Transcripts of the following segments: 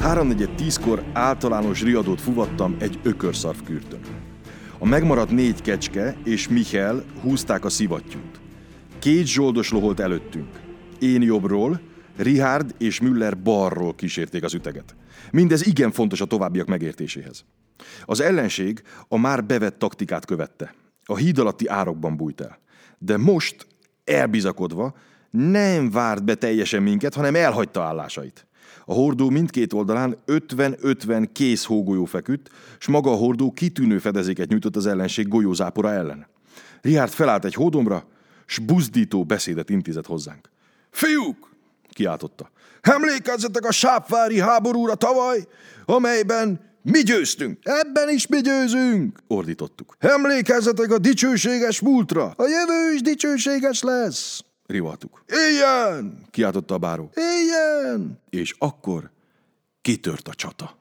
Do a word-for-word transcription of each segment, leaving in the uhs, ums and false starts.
Háromnegyed tízkor általános riadót fuvattam egy ökörszarvkürtön. A megmaradt négy kecske és Michael húzták a szivattyút. Két zsoldos loholt előttünk. Én jobbról, Richard és Müller balról kísérték az üteget. Mindez igen fontos a továbbiak megértéséhez. Az ellenség a már bevett taktikát követte. A híd alatti árokban bújt el. De most, elbizakodva, nem várt be teljesen minket, hanem elhagyta állásait. A hordó mindkét oldalán ötven-ötven kész hógolyó feküdt, s maga a hordó kitűnő fedezéket nyújtott az ellenség golyózápora ellen. Richard felállt egy hódomra, s buzdító beszédet intézett hozzánk. Fiúk! Kiáltotta. Emlékezzetek a sápvári háborúra tavaly, amelyben mi győztünk. Ebben is mi győzünk, ordítottuk. Emlékezzetek a dicsőséges múltra. A jövő is dicsőséges lesz, rivaltuk. Éljen! Kiáltotta a báró. Éljen! És akkor kitört a csata.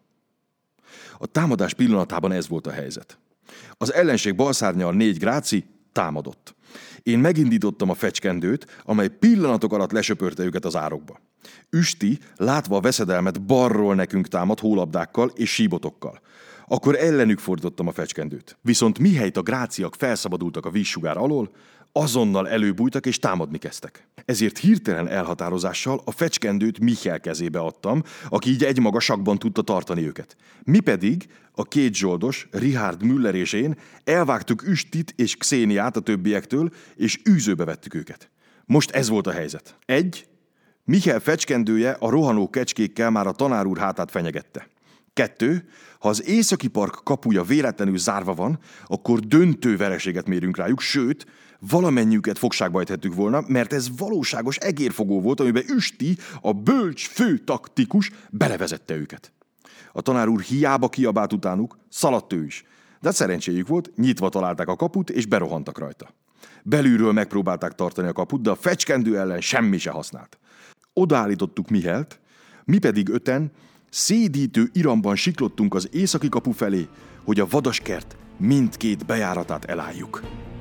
A támadás pillanatában ez volt a helyzet. Az ellenség balszárnyal négy gráci támadott. Én megindítottam a fecskendőt, amely pillanatok alatt lesöpörte őket az árokba. Üsti, látva a veszedelmet, balról nekünk támad hólabdákkal és síbotokkal. Akkor ellenük fordítottam a fecskendőt. Viszont mihelyt a gráciak felszabadultak a vízsugár alól, azonnal előbújtak és támadni kezdtek. Ezért hirtelen elhatározással a fecskendőt Michael kezébe adtam, aki így egymaga sakban tudta tartani őket. Mi pedig, a két zsoldos, Richard, Müller és én elvágtuk Üstit és Xéniát a többiektől, és űzőbe vettük őket. Most ez volt a helyzet. Egy, Michael fecskendője a rohanó kecskékkel már a tanár úr hátát fenyegette. Kettő, ha az északi park kapuja véletlenül zárva van, akkor döntő vereséget mérünk rájuk, sőt, valamennyiüket fogságba ejthettük volna, mert ez valóságos egérfogó volt, amiben Üsti, a bölcs fő taktikus belevezette őket. A tanár úr hiába kiabált utánuk, szaladt ő is, de szerencséjük volt, nyitva találták a kaput és berohantak rajta. Belülről megpróbálták tartani a kaput, de a fecskendő ellen semmi se használt. Odaállítottuk Michelt, mi pedig öten szédítő iramban siklottunk az északi kapu felé, hogy a vadaskert mindkét bejáratát elálljuk.